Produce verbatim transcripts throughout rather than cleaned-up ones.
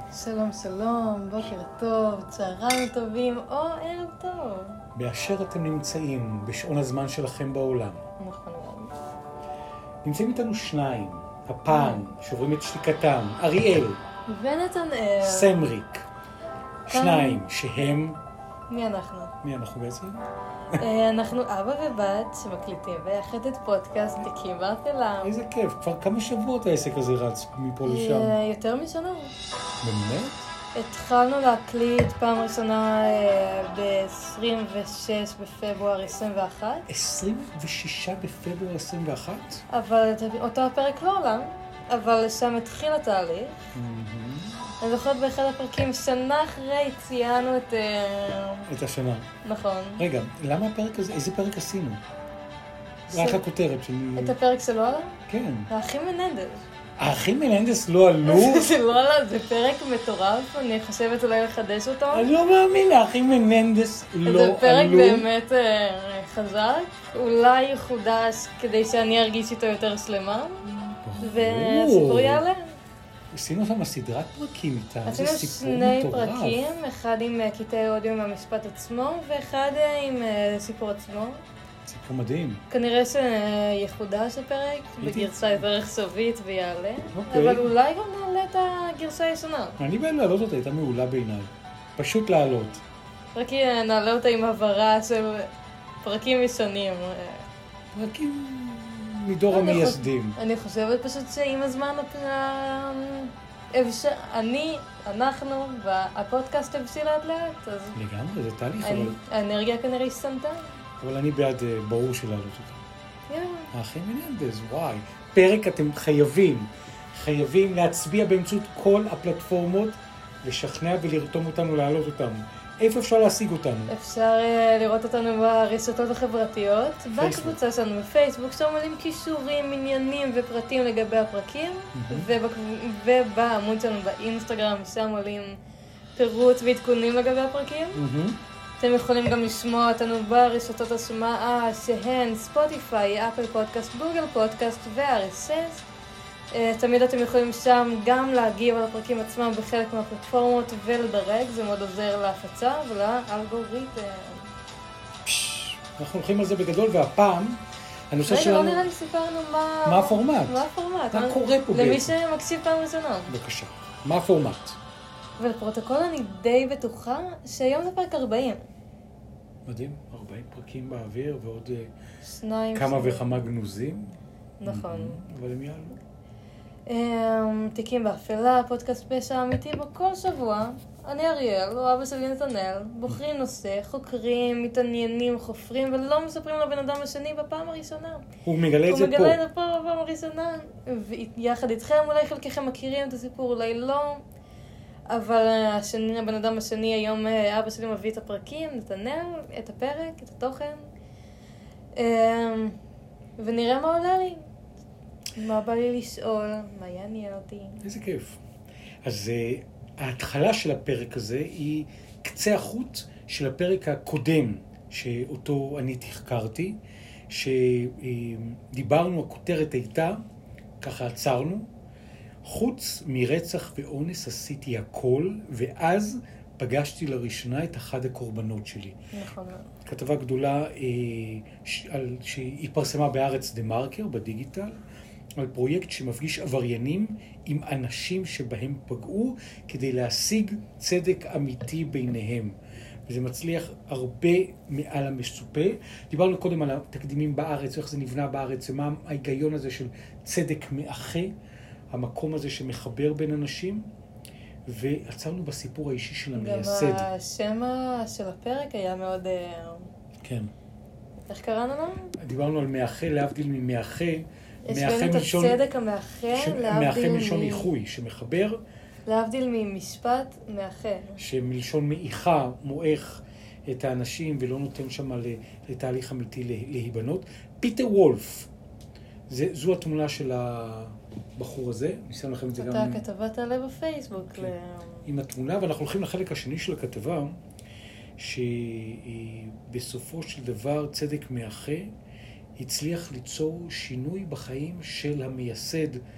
שלום שלום, בוקר טוב, צהריים טובים או ערב טוב. באשר אתם נמצאים בשעון הזמן שלכם בעולם. נכון מאוד. נמצאים איתנו שניים, הפעם, שוברים את שתיקתם, אריאל ונתנאל. סמריק. שניים שהם... מי אנחנו? מי אנחנו בעצם? אה, אנחנו אבא ובת שמקליטים ביחד את פודקאסט תיקים באפלה. איזה כיף, כבר כמה שבועות העסק הזה רץ מפה לשם. אה, יותר משנה. באמת? התחלנו להקליט פעם ראשונה ב-עשרים ושש בפברואר עשרים ואחת. עשרים ושישה בפברואר עשרים ואחת? אבל אותו הפרק לא עלה, אבל שם התחיל התהליך. אני זוכרת באחד הפרקים, שנה אחרי ציינו את... את השנה. נכון. רגע, למה הפרק הזה, איזה פרק עשינו? ש... רק הכותרת של... את הפרק שלא עלה? כן. האחים מננדס. האחים מננדס לא עלו? זה לא עלה, זה פרק מטורף, אני חושבת אולי לחדש אותו. אני לא מאמין, האחים מננדס לא עלו. זה פרק באמת אה, חזק, אולי יחודש כדי שאני ארגיש איתו יותר שלמה, והסיפור יעלה. עשינו שם סדרת פרקים איתה, זה עשינו סיפור שני מטורף. פרקים, אחד עם קטעי אודיו מהמשפט עצמו, ואחד עם סיפור עצמו. סיפור מדהים. כנראה שיחודש הפרק, בגרסה יותר רחסובית ויעלה, אוקיי. אבל אולי גם נעלה את הגרסה הישנה. אני בא להעלות אותה, הייתה מעולה בעיניי. פשוט להעלות. רק נעלה אותה עם הבהרה של פרקים ראשונים. פרקים מדור אני המייסדים. חוש... אני חושבת פשוט שעם הזמן אפשר... אני, אנחנו, והפודקאסט הבשיל לאט לאט, אז... לגמרי, זה תהליך, אני... אבל... האנרגיה כנראה השתנתה. אבל אני בעד ברור של להעלות אותה. יאללה. האחים מננדס, וואי. פרק אתם חייבים, חייבים להצביע באמצעות כל הפלטפורמות, לשכנע ולרתום אותנו להעלות אותנו. איפה אפשר להשיג אותנו? אפשר uh, לראות אותנו ברשתות החברתיות, בקבוצה שלנו בפייסבוק, שם עולים קישורים, עניינים ופרטים לגבי הפרקים, mm-hmm. ובעמוד שלנו באינסטגרם, שם עולים פירוט ועדכונים לגבי הפרקים. Mm-hmm. אתם יכולים גם לשמוע אותנו ברשתות השמעה שהן ספוטיפיי, אפל פודקאסט, גוגל פודקאסט ו-אר אס אס. תמיד אתם יכולים שם גם להגיב על הפרקים עצמם בחלק מהפלטפורמות ולדרג, זה מאוד עוזר להפצה ולאלגוריתם. אנחנו הולכים על זה בגדול, והפעם הנושא שלנו... רגע, לא נראה לי סיפרנו מה... מה הפורמט? מה הפורמט? מה קורה פה בעצם? למי שמקשיב פעם ראשונה. בבקשה, מה הפורמט? ולפרוטוקול אני די בטוחה שהיום זה פרק ארבעים. מדהים, ארבעים פרקים באוויר ועוד שניים כמה וכמה גנוזים. נכון. אבל הם יעלו. תיקים באפלה, פודקאסט פשע אמיתי בו כל שבוע. אני אריאל, הוא אבא שלי נתנאל, בוחרים נושא, חוקרים, מתעניינים, חופרים, ולא מספרים לבן אדם השני בפעם הראשונה. הוא מגלה את זה פה. הוא מגלה את זה פה בפעם הראשונה. ויחד איתכם, אולי חלקכם מכירים את הסיפור, אולי לא. אבל השני, הבן אדם השני, היום אבא שלי מביא את הפרקים, נתנאל, את הפרק, את התוכן. ונראה מה עולה לי. מה בא לי לשאול, מה יעניין אותי. איזה כיף. אז uh, ההתחלה של הפרק הזה היא קצה החוט של הפרק הקודם שאותו אני תחקרתי, שדיברנו, הכותרת הייתה, ככה עצרנו, חוץ מרצח ואונס עשיתי הכל, ואז פגשתי לראשונה את אחד הקורבנות שלי. נכון. כתבה גדולה אה, ש, על, שהיא פרסמה בארץ דה מרקר, בדיגיטל, על פרויקט שמפגיש עבריינים עם אנשים שבהם פגעו, כדי להשיג צדק אמיתי ביניהם. וזה מצליח הרבה מעל המצופה. דיברנו קודם על התקדימים בארץ, איך זה נבנה בארץ, ומה ההיגיון הזה של צדק מאחה, המקום הזה שמחבר בין אנשים, ועצרנו בסיפור האישי של המייסד. גם השם של הפרק היה מאוד... כן. איך קראנו לו? דיברנו על מאחה, להבדיל ממאחה. יש באמת הצדק המאחה, להבדיל... מאחה מלשון איחוי, שמחבר. להבדיל ממשפט מאחה. שמלשון מאיחה, מואך את האנשים, ולא נותן שם לתהליך אמיתי להיבנות. פיטר וולף, זו התמונה של הבחור הזה. ניסיון לכם את זה גם... אתה הכתבה תעלה בפייסבוק. עם התמונה, ואנחנו הולכים לחלק השני של הכתבה, שבסופו של דבר צדק מאחה, הצליח ליצור שינוי בחיים של המייסד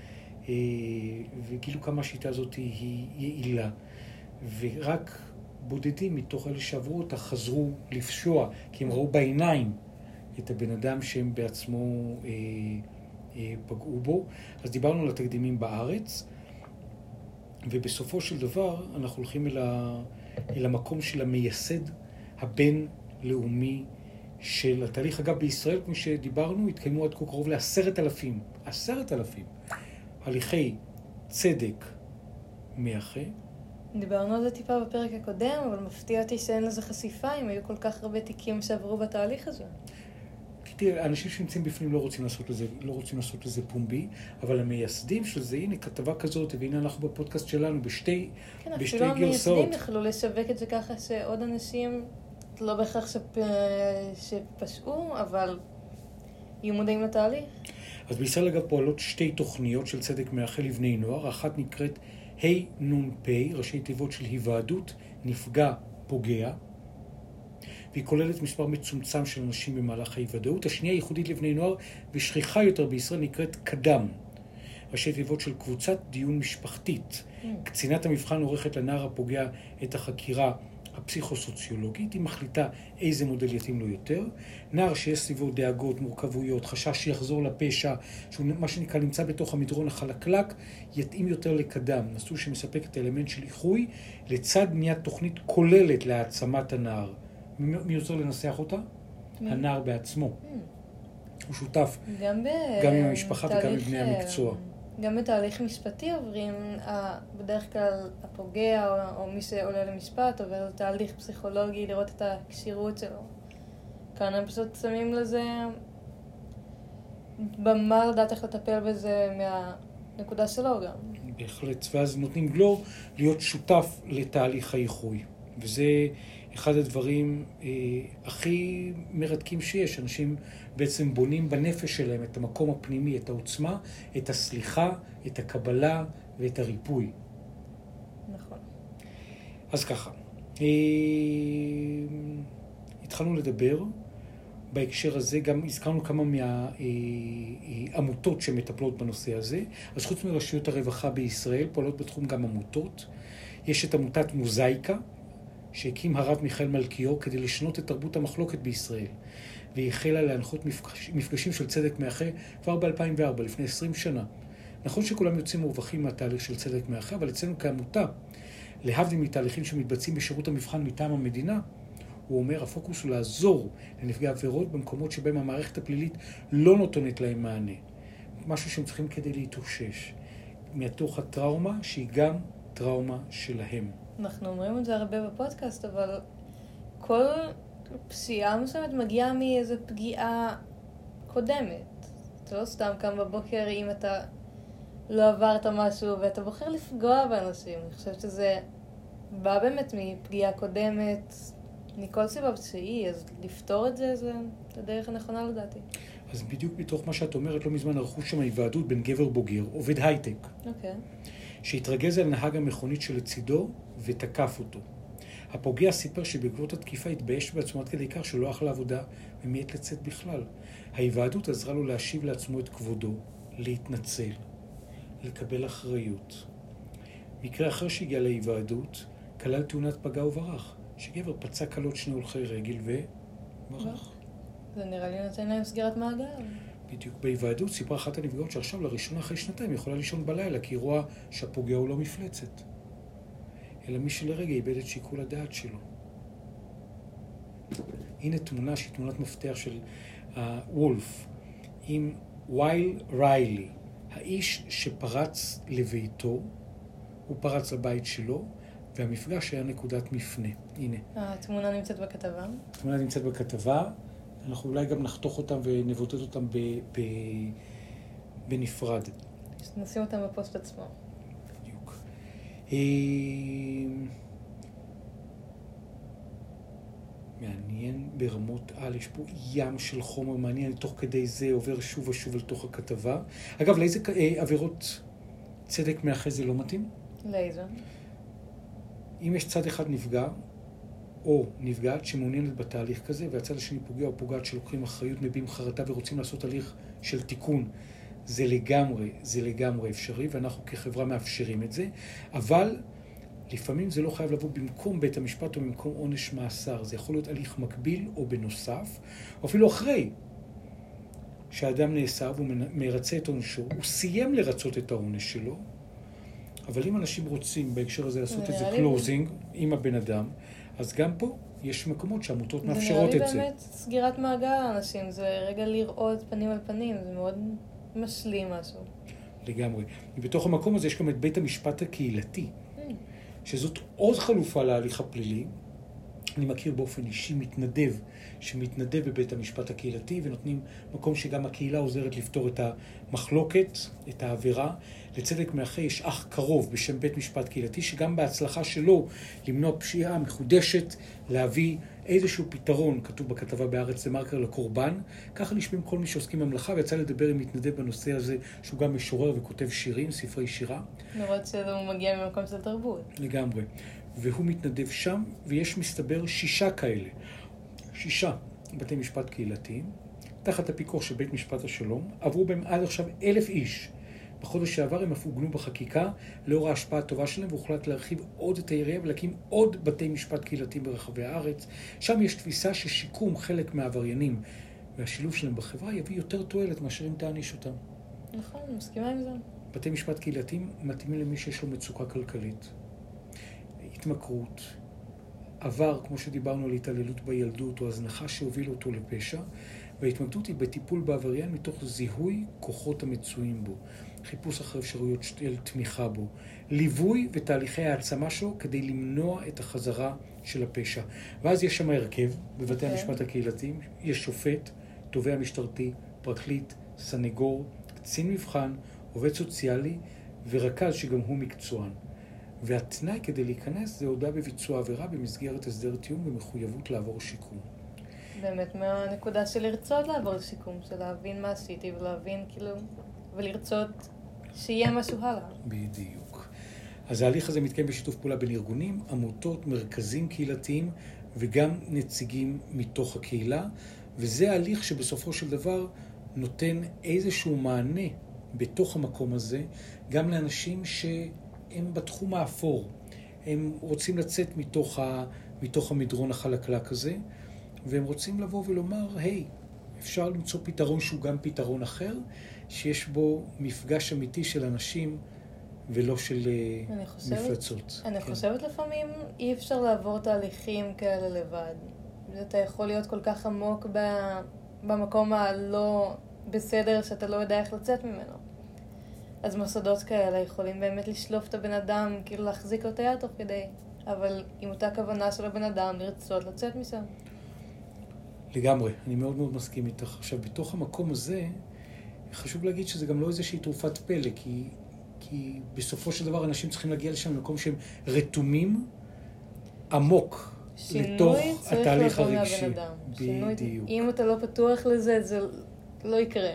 וגילו כמה השיטה הזאת היא יעילה. ורק בודדים מתוך אלה שעברו אותה חזרו לפשוע, כי הם ראו בעיניים את הבן אדם שהם בעצמו אה, אה, פגעו בו. אז דיברנו על התקדימים בארץ, ובסופו של דבר אנחנו הולכים אל, ה, אל המקום של המייסד הבין-לאומי של התהליך. אגב, בישראל, כמו שדיברנו, התקיימו עד כה קרוב לעשרת אלפים, עשרת אלפים, הליכי צדק מאחה. דיברנו על זה טיפה בפרק הקודם, אבל מפתיע אותי שאין לזה חשיפה, אם היו כל כך הרבה תיקים שעברו בתהליך הזה. תראה, האנשים שנמצאים בפנים לא רוצים לעשות לזה, לא רוצים לעשות לזה פומבי, אבל המייסדים של זה, הנה כתבה כזאת, והנה אנחנו בפודקאסט שלנו בשתי, כן, בשתי אפילו גרסאות. המייסדים יכלו לשווק את זה ככה שעוד אנשים, לא בהכרח שפ... שפשעו, אבל יהיו מודעים לתהליך. אז בישראל אגב פועלות שתי תוכניות של צדק מאחה לבני נוער, אחת נקראת ה' נ' פ', ראשי תיבות של היוועדות נפגע פוגע, והיא כוללת מספר מצומצם של אנשים במהלך ההיוועדות. השנייה ייחודית לבני נוער ושכיחה יותר בישראל נקראת קדם, ראשי תיבות של קבוצת דיון משפחתית. Mm. קצינת המבחן עורכת לנער הפוגע את החקירה הפסיכוסוציולוגית, היא מחליטה איזה מודל יתאים לו יותר. נער שיש סביבו דאגות, מורכבויות, חשש שיחזור לפשע, שהוא מה שנקרא נמצא בתוך המדרון החלקלק, יתאים יותר לקדם, מסלול שמספק את האלמנט של איחוי, לצד בניית תוכנית כוללת להעצמת הנער. מי יוצר לנסח אותה? מי? הנער בעצמו. Mm. הוא שותף גם, גם עם המשפחה וגם עם בני המקצוע. גם בתהליך משפטי עוברים, בדרך כלל הפוגע או, או מי שעולה למשפט עובר תהליך פסיכולוגי לראות את הקשירות שלו. כאן הם פשוט שמים לזה במה לדעת איך לטפל בזה מהנקודה שלו גם. בהחלט, ואז נותנים לו להיות שותף לתהליך האיחוי. וזה אחד הדברים אה, הכי מרתקים שיש. אנשים בעצם בונים בנפש שלהם את המקום הפנימי, את העוצמה, את הסליחה, את הקבלה ואת הריפוי. נכון. אז ככה, אה, התחלנו לדבר בהקשר הזה, גם הזכרנו כמה מהעמותות שמטפלות בנושא הזה. אז חוץ מרשויות הרווחה בישראל פועלות בתחום גם עמותות. יש את עמותת מוזאיקה, שהקים הרב מיכאל מלכיאור כדי לשנות את תרבות המחלוקת בישראל, והיא החלה להנחות מפגש, מפגשים של צדק מאחה כבר ב-אלפיים וארבע, לפני עשרים שנה. נכון שכולם יוצאים מרווחים מהתהליך של צדק מאחה, אבל אצלנו כעמותה, להבדיל מתהליכים שמתבצעים בשירות המבחן מטעם המדינה, הוא אומר, הפוקוס הוא לעזור לנפגעי עבירות במקומות שבהם המערכת הפלילית לא נותנת להם מענה. משהו שהם צריכים כדי להתאושש מתוך הטראומה שהיא גם טראומה שלהם. אנחנו אומרים את זה הרבה בפודקאסט, אבל כל פסיעה מסוימת מגיעה מאיזו פגיעה קודמת. אתה לא סתם קם בבוקר אם אתה לא עברת משהו ואתה בוחר לפגוע באנשים. אני חושבת שזה בא באמת מפגיעה קודמת, מכל סיבה שהיא, אז לפתור את זה זה הדרך הנכונה לדעתי. אז בדיוק מתוך מה שאת אומרת, לא מזמן ערכו שם היוועדות בין גבר בוגר, עובד הייטק. אוקיי. שהתרגז על נהג המכונית שלצידו ותקף אותו. הפוגע סיפר שבעקבות התקיפה התבייש בעצמו עד כדי כך שלא הלך לעבודה ומיעט לצאת בכלל. ההיוועדות עזרה לו להשיב לעצמו את כבודו, להתנצל, לקבל אחריות. מקרה אחר שהגיע להיוועדות כלל תאונת פגע וברח, שגבר פצע קלות שני הולכי רגל וברח. זה נראה לי נותן להם סגירת מעגל. בדיוק בהיוועדות סיפרה אחת הנפגעות שעכשיו לראשונה אחרי שנתיים יכולה לישון בלילה, כי היא רואה שהפוגע הוא לא מפלצת, אלא מי שלרגע איבד את שיקול הדעת שלו. הנה תמונה שהיא תמונת מפתח של וולף, עם וייל ריילי, האיש שפרץ לביתו, הוא פרץ לבית שלו, והמפגש היה נקודת מפנה. הנה. התמונה נמצאת בכתבה. התמונה נמצאת בכתבה. אנחנו אולי גם נחתוך אותם ונבוטט אותם ב, ב, בנפרד. נשים אותם בפוסט עצמו. בדיוק. מעניין ברמות על, יש פה ים של חומר מעניין, תוך כדי זה עובר שוב ושוב על תוך הכתבה. אגב, לאיזה עבירות צדק מאחה זה לא מתאים? לאיזה? אם יש צד אחד נפגע, או נפגעת שמעוניינת בתהליך כזה, והצד השני פוגע או פוגעת שלוקחים אחריות, מביעים חרטה ורוצים לעשות הליך של תיקון, זה לגמרי, זה לגמרי אפשרי, ואנחנו כחברה מאפשרים את זה, אבל לפעמים זה לא חייב לבוא במקום בית המשפט או במקום עונש מאסר. זה יכול להיות הליך מקביל או בנוסף, או אפילו אחרי שהאדם נאסר והוא מרצה את עונשו, הוא סיים לרצות את העונש שלו, אבל אם אנשים רוצים בהקשר הזה לעשות את זה קלוזינג עם הבן אדם, אז גם פה יש מקומות שהעמותות מאפשרות את זה. זה נראה לי באמת סגירת מעגל לאנשים, זה רגע לראות פנים על פנים, זה מאוד משלים משהו. לגמרי. ובתוך המקום הזה יש גם את בית המשפט הקהילתי, שזאת עוד חלופה להליך הפלילי. אני מכיר באופן אישי מתנדב, שמתנדב בבית המשפט הקהילתי, ונותנים מקום שגם הקהילה עוזרת לפתור את המחלוקת, את העבירה. לצדק מאחה יש אח קרוב בשם בית משפט קהילתי, שגם בהצלחה שלו למנוע פשיעה מחודשת, להביא איזשהו פתרון, כתוב בכתבה בארץ דה-מרקר, לקורבן. ככה נשמעים כל מי שעוסקים במלאכה, ויצא לדבר עם מתנדב בנושא הזה, שהוא גם משורר וכותב שירים, ספרי שירה. למרות שהוא מגיע ממקום של תרבות. לגמרי. והוא מתנדב שם, ויש מסתבר שישה כאלה. שישה בתי משפט קהילתיים, תחת הפיקוח של בית משפט השלום, עברו בהם עד עכשיו אלף איש. בחודש שעבר הם אף עוגנו בחקיקה, לאור ההשפעה הטובה שלהם, והוחלט להרחיב עוד את העירייה ולהקים עוד בתי משפט קהילתיים ברחבי הארץ. שם יש תפיסה ששיקום חלק מהעבריינים והשילוב שלהם בחברה יביא יותר תועלת מאשר אם תעניש אותם. נכון, מסכימה עם זה. בתי משפט קהילתיים מתאימים למי שיש לו מצוקה כלכלית, התמכרות, עבר, כמו שדיברנו על התעללות בילדות, או הזנחה שהוביל אותו לפשע, וההתמקדות היא בטיפול בעבריין מתוך זיהוי כוחות המצויים בו, חיפוש אחרי אפשרויות של תמיכה בו, ליווי ותהליכי העצמה שלו כדי למנוע את החזרה של הפשע. ואז יש שם הרכב בבתי okay. המשפט הקהילתיים, יש שופט, תובע משטרתי, פרקליט, סנגור, קצין מבחן, עובד סוציאלי ורכז שגם הוא מקצוען. והתנאי כדי להיכנס זה הודעה בביצוע עבירה במסגרת הסדר טיעון ומחויבות לעבור שיקום. באמת מהנקודה של לרצות לעבור שיקום, של להבין מה עשיתי ולהבין כאילו, ולרצות שיהיה משהו הלאה. בדיוק. אז ההליך הזה מתקיים בשיתוף פעולה בין ארגונים, עמותות, מרכזים קהילתיים וגם נציגים מתוך הקהילה, וזה ההליך שבסופו של דבר נותן איזשהו מענה בתוך המקום הזה, גם לאנשים שהם בתחום האפור. הם רוצים לצאת מתוך, ה, מתוך המדרון החלקלק הזה, והם רוצים לבוא ולומר, היי, אפשר למצוא פתרון שהוא גם פתרון אחר, שיש בו מפגש אמיתי של אנשים ולא של אני חושבת, מפלצות. אני כן. חושבת לפעמים אי אפשר לעבור תהליכים כאלה לבד. אתה יכול להיות כל כך עמוק במקום הלא בסדר שאתה לא יודע איך לצאת ממנו. אז מוסדות כאלה יכולים באמת לשלוף את הבן אדם, כאילו להחזיק לו את היד תוך כדי, אבל עם אותה כוונה של הבן אדם לרצות לצאת משם. לגמרי, אני מאוד מאוד מסכים איתך. עכשיו, בתוך המקום הזה, חשוב להגיד שזה גם לא איזושהי תרופת פלא, כי, כי בסופו של דבר אנשים צריכים להגיע לשם למקום שהם רתומים עמוק לתוך התהליך הרגשי. בדיוק. אם אתה לא פתוח לזה, זה לא יקרה.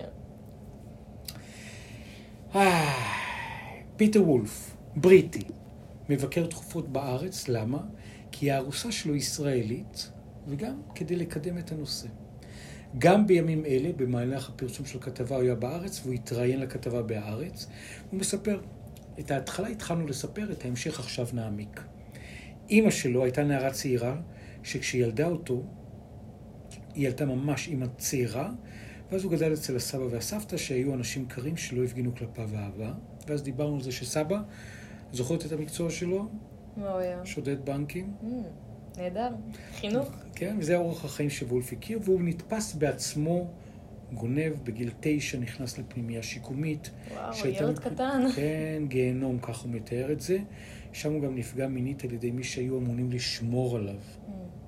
פיטר וולף, בריטי, מבקר תכופות בארץ. למה? כי הארוסה שלו ישראלית, וגם כדי לקדם את הנושא. גם בימים אלה, במהלך הפרסום של הכתבה, הוא היה בארץ, והוא התראיין לכתבה בארץ. הוא מספר, את ההתחלה התחלנו לספר, את ההמשך עכשיו נעמיק. אמא שלו הייתה נערה צעירה, שכשילדה אותו, היא ילדה ממש אמא צעירה, ואז הוא גדל אצל הסבא והסבתא, שהיו אנשים קרים שלא הפגינו כלפיו אהבה. ואז דיברנו על זה שסבא, זוכרת את המקצוע שלו? מה הוא היה? שודד בנקים. Mm, נהדר. חינוך. כן, וזה אורח החיים שוולף הכיר, והוא נתפס בעצמו גונב, בגיל תשע נכנס לפנימייה שיקומית. וואו, ילד קטן. כן, גיהנום, כך הוא מתאר את זה. שם הוא גם נפגע מינית על ידי מי שהיו אמונים לשמור עליו. Mm.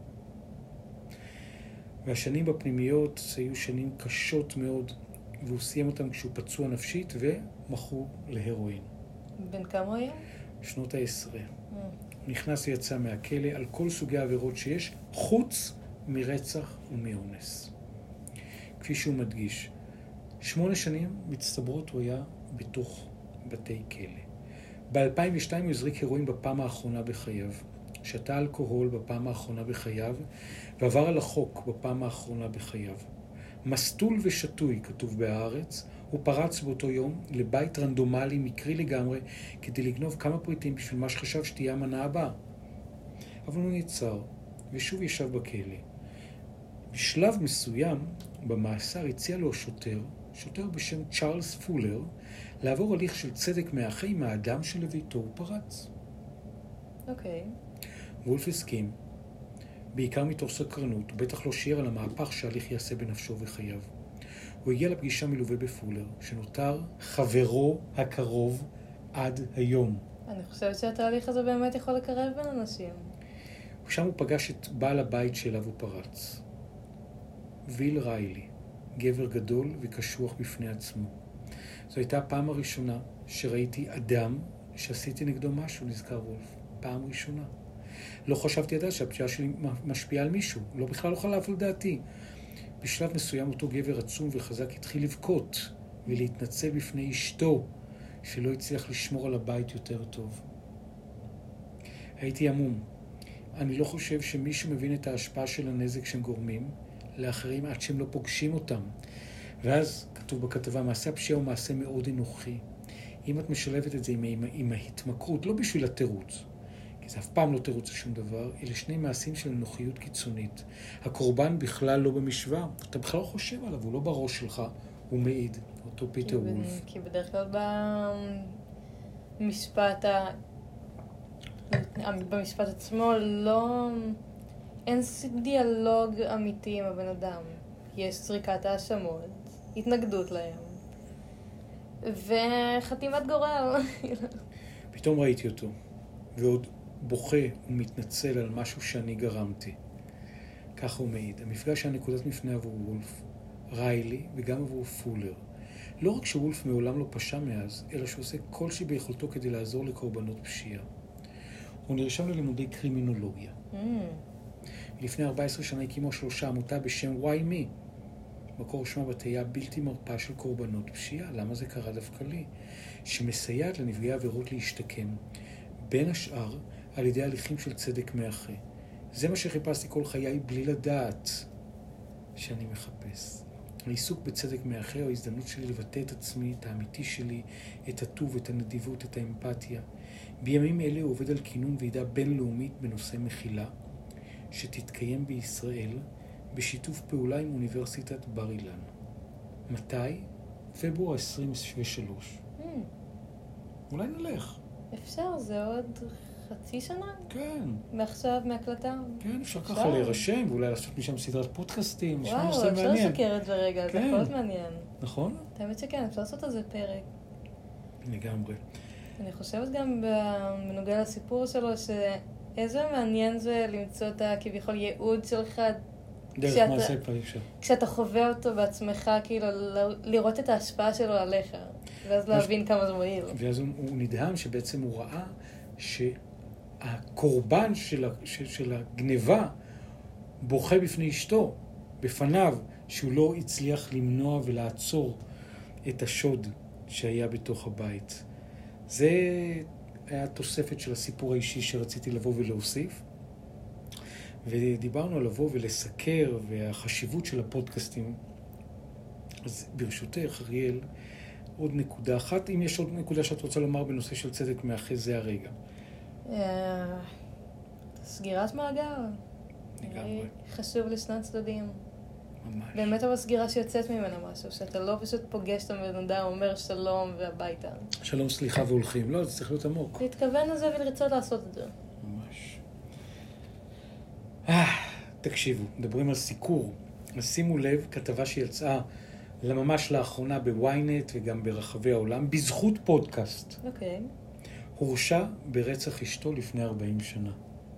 והשנים בפנימיות היו שנים קשות מאוד, והוא סיים אותם כשהוא פצוע נפשית ומכור להרואין. בן כמה היה? שנות העשרה. Mm. הוא נכנס ויצא מהכלא על כל סוגי העבירות שיש, חוץ מרצח ומאונס. כפי שהוא מדגיש, שמונה שנים מצטברות הוא היה בתוך בתי כלא. ב-אלפיים ושתיים הוא הזריק הרואין בפעם האחרונה בחייו, שתה אלכוהול בפעם האחרונה בחייו, ועבר על החוק בפעם האחרונה בחייו. מסטול ושטוי, כתוב בהארץ, הוא פרץ באותו יום לבית רנדומלי מקרי לגמרי כדי לגנוב כמה פריטים בשביל מה שחשב שתהיה המנה הבאה. אבל הוא נעצר ושוב ישב בכלא. בשלב מסוים במאסר הציע לו שוטר, שוטר בשם צ'ארלס פולר, לעבור הליך של צדק מאחה עם האדם שלביתו הוא פרץ. אוקיי. וולף הסכים, בעיקר מתוך סקרנות, הוא בטח לא שיער על המהפך שההליך יעשה בנפשו וחייו. הוא הגיע לפגישה מלווה בפולר, שנותר חברו הקרוב עד היום. אני חושבת שהתהליך הזה באמת יכול לקרב בין אנשים. ושם הוא פגש את בעל הבית שאליו הוא פרץ. ויל ריילי, גבר גדול וקשוח בפני עצמו. זו הייתה הפעם הראשונה שראיתי אדם שעשיתי נגדו משהו, נזכר וולף. פעם ראשונה. לא חשבתי עדיין שהפשיעה שלי משפיעה על מישהו. לא בכלל לא חלף על דעתי. בשלב מסוים אותו גבר עצום וחזק התחיל לבכות ולהתנצל בפני אשתו שלא הצליח לשמור על הבית יותר טוב. הייתי עמום. אני לא חושב שמישהו מבין את ההשפעה של הנזק שהם גורמים לאחרים עד שהם לא פוגשים אותם. ואז כתוב בכתבה, מעשה הפשיעה הוא מעשה מאוד אנוכי. אם את משלבת את זה עם, עם, עם ההתמכרות, לא בשביל התירוץ, כי זה אף פעם לא תירוץ לשום דבר, אלה שני מעשים של אנוכיות קיצונית. הקורבן בכלל לא במשוואה, אתה בכלל לא חושב עליו, הוא לא בראש שלך, הוא מעיד, אותו פיטר וולף. כי בדרך כלל במשפט, ה... במשפט עצמו לא... אין דיאלוג אמיתי עם הבן אדם. יש זריקת האשמות, התנגדות להם, וחתימת גורל. פתאום ראיתי אותו, ועוד בוכה ומתנצל על משהו שאני גרמתי. ככה הוא מעיד. המפגש היה נקודת מפנה עבור וולף, ריילי וגם עבור פולר. לא רק שוולף מעולם לא פשע מאז, אלא שהוא עושה כל שביכולתו כדי לעזור לקורבנות פשיעה. הוא נרשם ללימודי קרימינולוגיה. Mm. לפני ארבע עשרה שנה הקימו שלושה עמותה בשם Why Me. מקור שמה בתהיה בלתי מרפא של קורבנות פשיעה. למה זה קרה דווקא לי? שמסייעת לנפגעי עבירות להשתקם. בין השאר, על ידי הליכים של צדק מאחה. זה מה שחיפשתי כל חיי בלי לדעת שאני מחפש. העיסוק בצדק מאחה הוא ההזדמנות שלי לבטא את עצמי, את האמיתי שלי, את הטוב, את הנדיבות, את האמפתיה. בימים אלה הוא עובד על כינון ועידה בינלאומית בנושא מחילה, שתתקיים בישראל בשיתוף פעולה עם אוניברסיטת בר אילן. מתי? פברואר עשרים ושלוש. Mm. אולי נלך. אפשר, זה עוד חצי שנה? כן. מעכשיו, מהקלטה? כן, אפשר ככה להירשם, ואולי לעשות משם סדרת פודקאסטים. וואו, אפשר לסקר את זה רגע, זה יכול להיות מעניין. נכון? האמת שכן, אפשר לעשות על זה פרק. לגמרי. אני חושבת גם בנוגע לסיפור שלו, שאיזה מעניין זה למצוא את הכביכול ייעוד שלך, דרך מעשה כבר אפשר. כשאתה חווה אותו בעצמך, כאילו, לראות את ההשפעה שלו עליך, ואז להבין כמה זה מועיל. ואז הוא, הוא נדהם שבעצם הוא ראה שהקורבן של, של, של הגניבה בוכה בפני אשתו, בפניו, שהוא לא הצליח למנוע ולעצור את השוד שהיה בתוך הבית. זה היה תוספת של הסיפור האישי שרציתי לבוא ולהוסיף. ודיברנו על לבוא ולסקר והחשיבות של הפודקאסטים. אז ברשותך, אריאל, עוד נקודה אחת. אם יש עוד נקודה שאת רוצה לומר בנושא של צדק מאחה, זה הרגע. סגירת מעגל. לגמרי. חשוב לשני הצדדים. ממש. באמת אבל סגירה שיוצאת ממנה משהו, שאתה לא פשוט פוגש את הבן אדם, אומר שלום והביתה. שלום, סליחה והולכים. לא, זה צריך להיות עמוק. להתכוון לזה ולרצות לעשות את זה. ממש. אה, תקשיבו, מדברים על סיקור. שימו לב, כתבה שיצאה לממש לאחרונה בוויינט וגם ברחבי העולם, בזכות פודקאסט. אוקיי. הורשע ברצח אשתו לפני ארבעים שנה.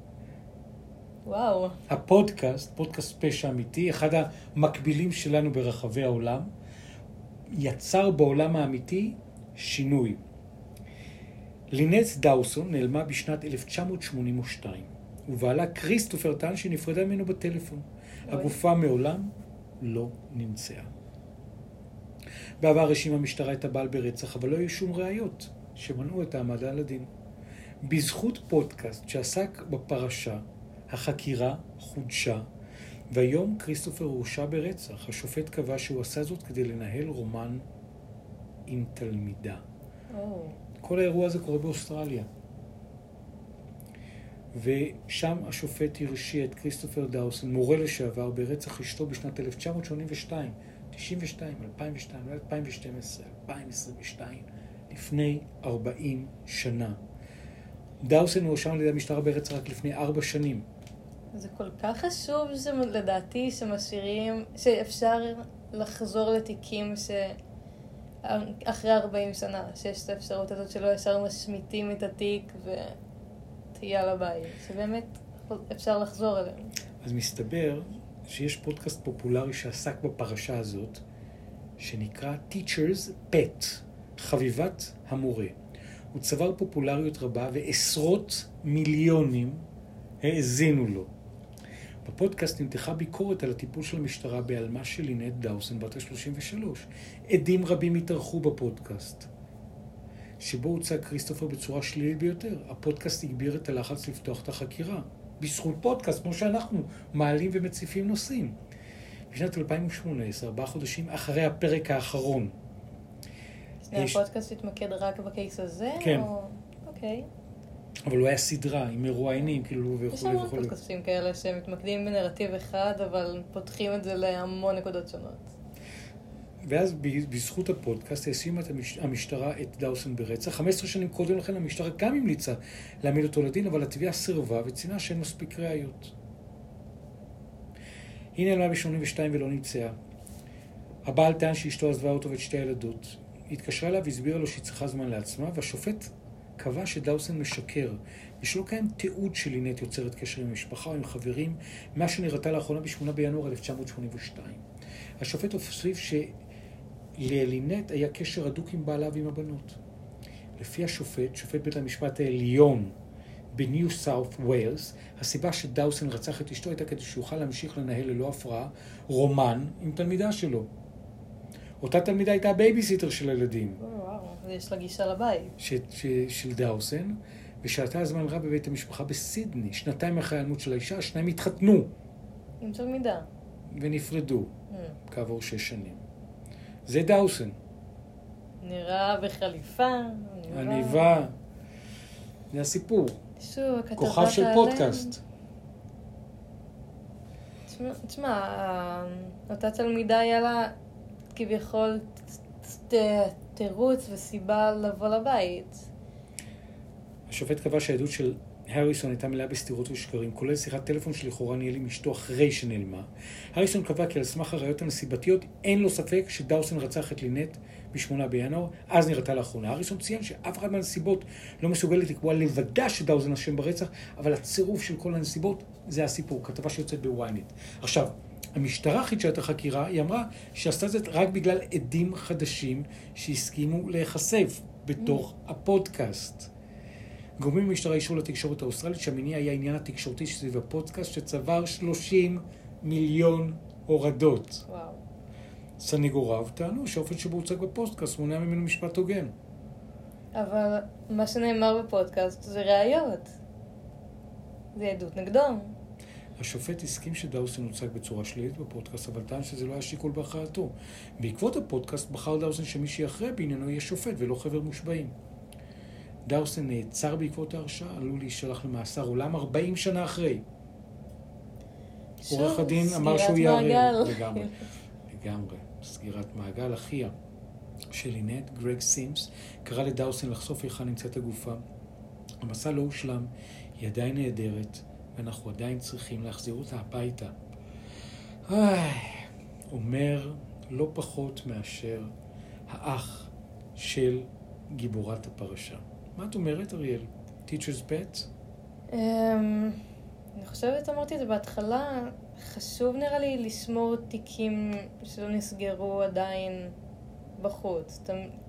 וואו. הפודקאסט, פודקאסט פשע אמיתי, אחד המקבילים שלנו ברחבי העולם, יצר בעולם האמיתי שינוי. לינץ דאוסון נעלמה בשנת אלף תשע מאות שמונים ושתיים, ובעלה כריסטופר טען שנפרדה ממנו בטלפון. הגופה מעולם לא נמצאה. בעבר האשימה המשטרה את הבעל ברצח, אבל לא היו שום ראיות שמנעו את העמדה לדין. בזכות פודקאסט שעסק בפרשה, החקירה חודשה, והיום כריסטופר הורשע ברצח. השופט קבע שהוא עשה זאת כדי לנהל רומן עם תלמידה. Oh. כל האירוע הזה קורה באוסטרליה. ושם השופט הרשיע את כריסטופר דאוסון, מורה לשעבר, ברצח אשתו בשנת אלף תשע מאות שמונים ושתיים, תשעים ושתיים, אלפיים ושתיים, אלפיים ושתים עשרה, אלפיים עשרים ושתיים, לפני ארבעים שנה. דאוסון הואשם על ידי המשטרה ברצח רק לפני ארבע שנים. זה כל כך חשוב זה, לדעתי שמשאירים, שאפשר לחזור לתיקים שאחרי ארבעים שנה, שיש את האפשרות הזאת שלא ישר משמיטים את התיק ותהיה על הבית, שבאמת אפשר לחזור אליהם. אז מסתבר שיש פודקאסט פופולרי שעסק בפרשה הזאת, שנקרא Teacher's Pet, חביבת המורה. הוא צבר פופולריות רבה ועשרות מיליונים האזינו לו. בפודקאסט נמתחה ביקורת על הטיפול של המשטרה בהעלמה של לינט דאוסון בת ה-שלושים ושלוש. עדים רבים התארחו בפודקאסט, שבו הוצג כריסטופר בצורה שלילית ביותר. הפודקאסט הגביר את הלחץ לפתוח את החקירה. בזכות פודקאסט, כמו שאנחנו מעלים ומציפים נושאים. בשנת אלפיים ושמונה עשרה, ארבעה חודשים אחרי הפרק האחרון. שני יש... הפודקאסט התמקד רק בקייס הזה? כן. או... אוקיי. אבל הוא היה סדרה עם מרואיינים, כאילו, וכו' וכו'. יש המון פודקאסטים כאלה שמתמקדים בנרטיב אחד, אבל פותחים את זה להמון נקודות שונות. ואז בזכות הפודקאסט האשימה המשטרה את דאוסון ברצח. חמש עשרה שנים קודם לכן המשטרה גם המליצה להעמיד אותו לדין, אבל התביעה סירבה וציינה שאין מספיק ראיות. היא נעלמה ב-שמונים ושתיים ולא נמצאה. הבעל טען שאשתו עזבה אותו ואת שתי הילדות. היא התקשרה אליו והסבירה לו שהיא צריכה זמן לעצמה, והשופט קבע שדאוסון משקר, ושלא קיים תיעוד של לינט יוצרת קשר עם המשפחה או עם חברים, מה שנראתה לאחרונה ב-שמונה בינואר אלף תשע מאות שמונים ושתיים. השופט הוסיף שללינט היה קשר הדוק עם בעלה ועם הבנות. לפי השופט, שופט בית המשפט העליון בניו סאות' ווילס, הסיבה שדאוסון רצח את אשתו הייתה כדי שיוכל להמשיך לנהל ללא הפרעה רומן עם תלמידה שלו. אותה תלמידה הייתה הבייביסיטר של הילדים. וואו, יש לה גישה לבית. ש, ש, של דאוסון, ושהתה הזמן רב בבית המשפחה בסידני. שנתיים אחרי ההיעלמות של האישה, השניים התחתנו. עם תלמידה. ונפרדו, mm. כעבור שש שנים. זה דאוסון. נראה בחליפה. עניבה. זה הסיפור. שוב, כוכב של פודקאסט. תשמע, תשמע, אותה תלמידה היה לה כביכול תירוץ וסיבה לבוא לבית. השופט קבע שהעדות של הריסון הייתה מלאה בסתירות ושקרים, כולל שיחת טלפון שלכאורה ניהל עם אשתו אחרי שנעלמה. הריסון קבע כי על סמך הראיות הנסיבתיות אין לו ספק שדאוסון רצח את לינט בשמונה בינואר, אז נראתה לאחרונה. הריסון ציין שאף אחד מהנסיבות לא מסוגל לקבוע לבדה שדאוסון אשם ברצח, אבל הצירוף של כל הנסיבות זה הסיפור, כתבה שיוצאת בוויינט. עכשיו, המשטרה חידשה את החקירה, היא אמרה שעשתה זאת רק בגלל עדים חדשים שהסכימו להיחשף בתוך הפודקאסט. גורמים במשטרה אישרו לתקשורת האוסטרלית שהמניע היה עניין התקשורתי סביב הפודקאסט שצבר שלושים מיליון הורדות. וואו. סניגוריו טענו שהאופן שבו הוצג בפודקאסט מונע ממנו משפט הוגן. אבל מה שנאמר בפודקאסט זה ראיות. זה עדות נגדו. השופט הסכים שדאוסון הוצג בצורה שלילית בפודקאסט, אבל טען שזה לא היה שיקול בהכרעתו. בעקבות הפודקאסט בחר דאוסון שמי שיחרה בעניינו יהיה שופט ולא חבר מושבעים. דאוסון נעצר בעקבות ההרשעה, עלול להישלח למאסר עולם ארבעים שנה אחרי. עורך הדין אמר שהוא יערער. לגמרי, לגמרי. סגירת מעגל. אחיה של לינט, גרג סימס, קרא לדאוסון לחשוף היכן נמצאת הגופה. המסע לא הושלם, היא עדיין נהדרת, ואנחנו עדיין צריכים להחזיר אותה הביתה. איי, אומר לא פחות מאשר האח של גיבורת הפרשה. מה את אומרת, אריאל? Teacher's Pet? אני חושבת, אמרתי את זה בהתחלה, חשוב נראה לי לשמור תיקים שלא נסגרו עדיין בחוץ.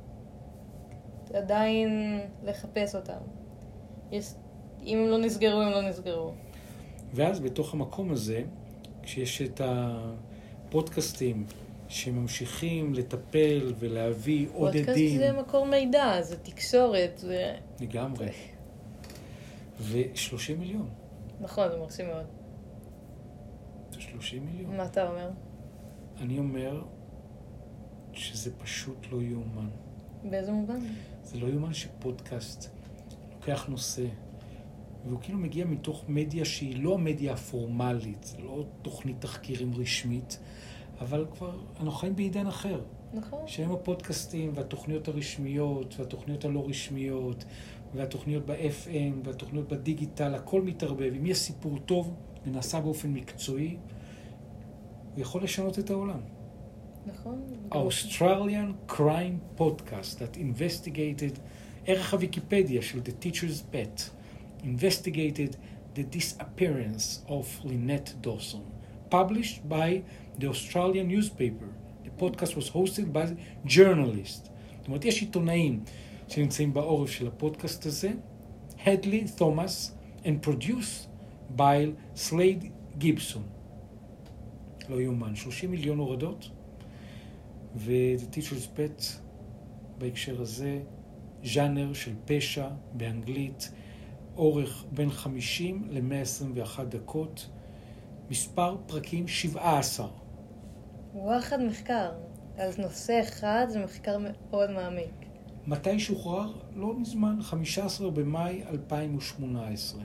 עדיין לחפש אותם. יש, אם הם לא נסגרו, הם לא נסגרו. ואז בתוך המקום הזה, כשיש את הפודקאסטים שממשיכים לטפל ולהביא עוד עדים. פודקאסט זה מקור מידע, זה תקשורת. זה... לגמרי. ו-שלושים מיליון. נכון, זה מרשים מאוד. זה שלושים מיליון. מה אתה אומר? אני אומר שזה פשוט לא יאומן. באיזה מובן? זה לא יאומן שפודקאסט לוקח נושא, והוא כאילו מגיע מתוך מדיה שהיא לא המדיה הפורמלית, זה לא תוכנית תחקירים רשמית, אבל כבר אנחנו חיים בעידן אחר. נכון. שהם הפודקאסטים והתוכניות הרשמיות והתוכניות הלא רשמיות והתוכניות ב-אף אם והתוכניות בדיגיטל, הכל מתערבב. אם יש סיפור טוב ונעשה באופן מקצועי, הוא יכול לשנות את העולם. נכון. Australian Crime Podcast that investigated, ערך הוויקיפדיה של The Teacher's Pet, investigated the disappearance of Lynette Dawson, published by the Australian newspaper. The podcast was hosted by journalists. זאת אומרת, יש עיתונאים שנמצאים בעורף של הפודקאסט הזה, הדלי תומאס, and produced by סלייד גיבסון. לא יאומן, שלושים מיליון הורדות, ו-The Teacher's Pet בהקשר הזה, ז'אנר של פשע באנגלית, אורך בין חמישים ל-מאה עשרים ואחת דקות, מספר פרקים שבעה עשר. וואחד מחקר. אז נושא אחד זה מחקר מאוד מעמיק. מתי שוחרר? לא מזמן, חמישה עשר במאי אלפיים ושמונה עשרה.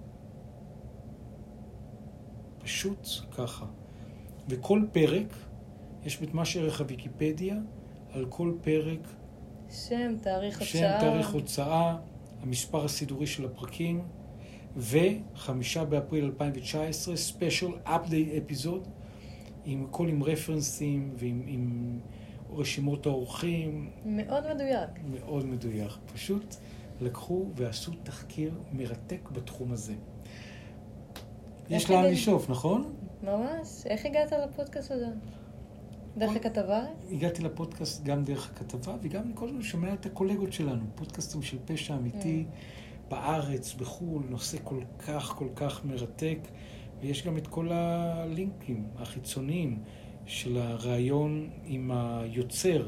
פשוט ככה. וכל פרק, יש את שערך הוויקיפדיה, על כל פרק שם, תאריך הוצאה. שם, תאריך הוצאה, המספר הסידורי של הפרקים, ו-חמישה באפריל אלפיים תשע עשרה, ספיישל אפדייט אפיזוד, עם כל עם רפרנסים ועם עם רשימות האורחים. מאוד מדויק. מאוד מדויק. פשוט לקחו ועשו תחקיר מרתק בתחום הזה. יש לאן לשאוף, נכון? ממש. איך הגעת לפודקאסט הזה? דרך הכתבה? הגעתי לפודקאסט גם דרך הכתבה, וגם כל הזמן שומע את הקולגות שלנו, פודקאסטים של פשע אמיתי, בארץ, בחול, נושא כל כך כל כך מרתק, ויש גם את כל הלינקים החיצוניים של הרעיון עם היוצר,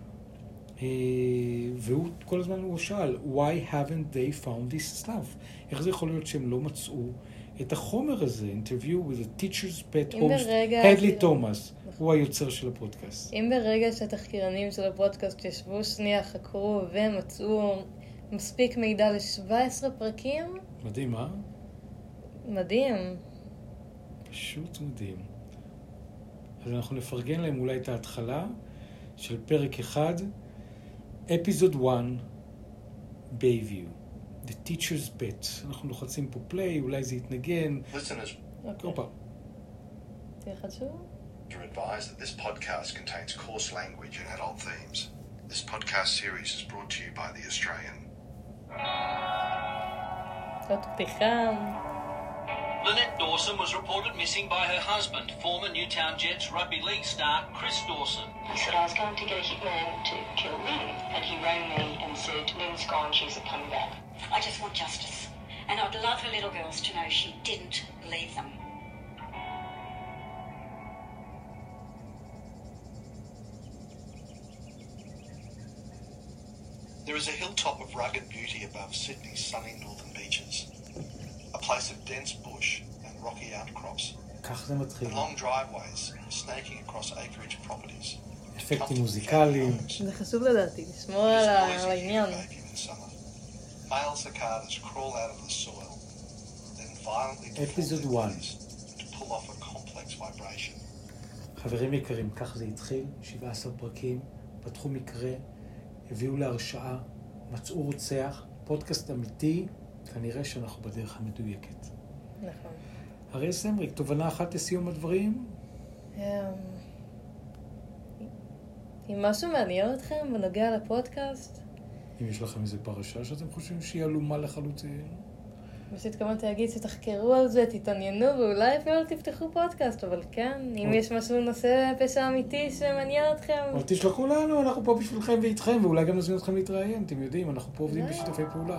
והוא כל הזמן הוא שאל, why haven't they found this stuff? איך זה יכול להיות שהם לא מצאו את החומר הזה? interview with a teacher's pet host, הדלי תומאס, הוא היוצר של הפודקאסט. אם ברגע שהתחקירנים של הפודקאסט ישבו שנייה, חקרו ומצאו מספיק מידע ל-שבעה עשר פרקים. מדהים, אה? מדהים. פשוט מדהים. אז אנחנו נפרגן להם אולי את ההתחלה של פרק אחד, אפיזוד אחת, Bayview, The Teacher's Pet. אנחנו לוחצים פה פליי, אולי זה יתנגן. Listeners, אופה. תהיה חשוב? you're advised that this podcast contains coarse language and adult themes. This podcast series is brought to you by The Australian. זאת פתיחה. Lynette Dawson was reported missing by her husband, former Newtown Jets rugby league star Chris Dawson. He said I was going to get a hitman to kill Lynn, and he rang me and said, Lynn's gone, she's coming back. I just want justice, and I'd love her little girls to know she didn't leave them. There is a hilltop of rugged beauty above Sydney's sunny northern beaches. A place of dense bush and rocky outcrops. כך זה מתחיל. And long driveways snaking across acreage properties. אפקטים מוזיקליים. זה חשוב לדעתי, לשמור על העניין. Male cicadas crawl out of the soil, then violently Episode deform their one. bodies to pull off a complex vibration. חברים יקרים, כך זה התחיל, שבעה עשר פרקים, פתחו מקרה, הביאו להרשעה, מצאו רוצח, פודקאסט אמיתי, כנראה שאנחנו בדרך המדויקת. נכון. הרי סמריק, תובנה אחת לסיום הדברים? אם משהו מעניין אתכם בנוגע לפודקאסט? אם יש לכם איזה פרשה שאתם חושבים שהיא עלומה לחלוטין? פשוט התכוונתי להגיד שתחקרו על זה, תתעניינו, ואולי אפילו תפתחו פודקאסט, אבל כן, אם יש משהו נושא פשע אמיתי שמעניין אתכם... אבל תשלחו לנו, אנחנו פה בשבילכם ואיתכם, ואולי גם נזמין אתכם להתראיין, אתם יודעים, אנחנו פה עובדים בשיתופי פעולה.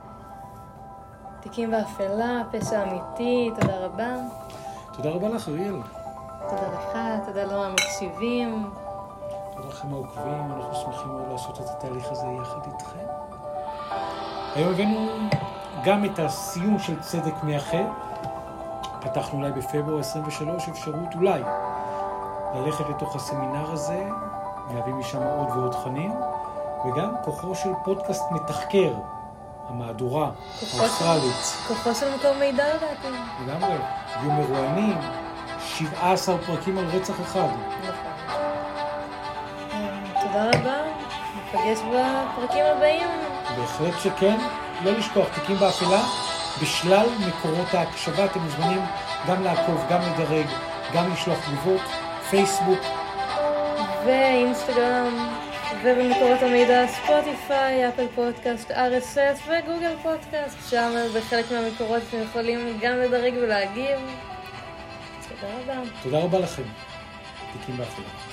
תיקים באפלה, פשע אמיתי, תודה רבה. תודה רבה לך, אריאל. תודה לך, תודה לו המקשיבים. תודה לכם העוקבים, אנחנו שמחים מאוד לעשות את התהליך הזה יחד איתכם. היום הבאנו גם את הסיום של צדק מאחד. פתחנו אולי בפברואר עשרים ושלוש אפשרות אולי ללכת לתוך הסמינר הזה, להביא משם עוד ועוד תכנים, וגם כוחו של פודקאסט מתחקר, המהדורה האוסטרלית. כוחו של מקור מידע לדעתי. לגמרי, יהיו מרואיינים, שבעה עשר פרקים על רצח אחד. תודה רבה, נפגש בפרקים הבאים. בהחלט שכן, לא לשכוח, תיקים באפלה, בשלל מקורות ההקשבה, אתם מוזמנים גם לעקוב, גם לדרג, גם לשלוח תגובות, פייסבוק. ואינסטגרם, ובמקורות המידע ספוטיפיי, אפל פודקאסט, אר אס אס וגוגל פודקאסט, שם בחלק מהמקורות אתם יכולים גם לדרג ולהגיב. תודה רבה. תודה רבה לכם, תיקים באפלה.